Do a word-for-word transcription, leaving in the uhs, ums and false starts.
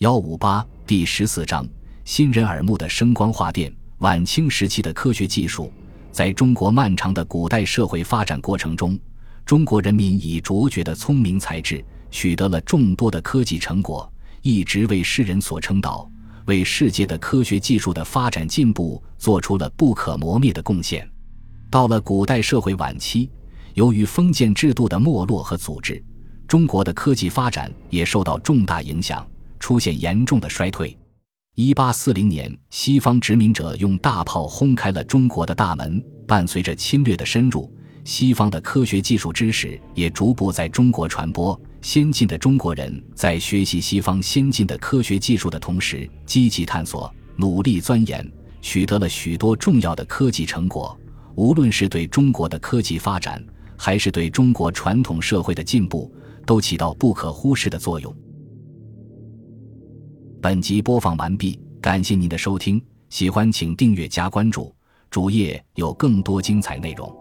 一五八第十四章新人耳目的声光化电。晚清时期的科学技术，在中国漫长的古代社会发展过程中，中国人民以卓绝的聪明才智取得了众多的科技成果，一直为世人所称道，为世界的科学技术的发展进步做出了不可磨灭的贡献。到了古代社会晚期，由于封建制度的没落和阻滞，中国的科技发展也受到重大影响，出现严重的衰退。一八四零年，西方殖民者用大炮轰开了中国的大门，伴随着侵略的深入，西方的科学技术知识也逐步在中国传播。先进的中国人在学习西方先进的科学技术的同时，积极探索，努力钻研，取得了许多重要的科技成果，无论是对中国的科技发展，还是对中国传统社会的进步，都起到不可忽视的作用。本集播放完毕，感谢您的收听，喜欢请订阅加关注，主页有更多精彩内容。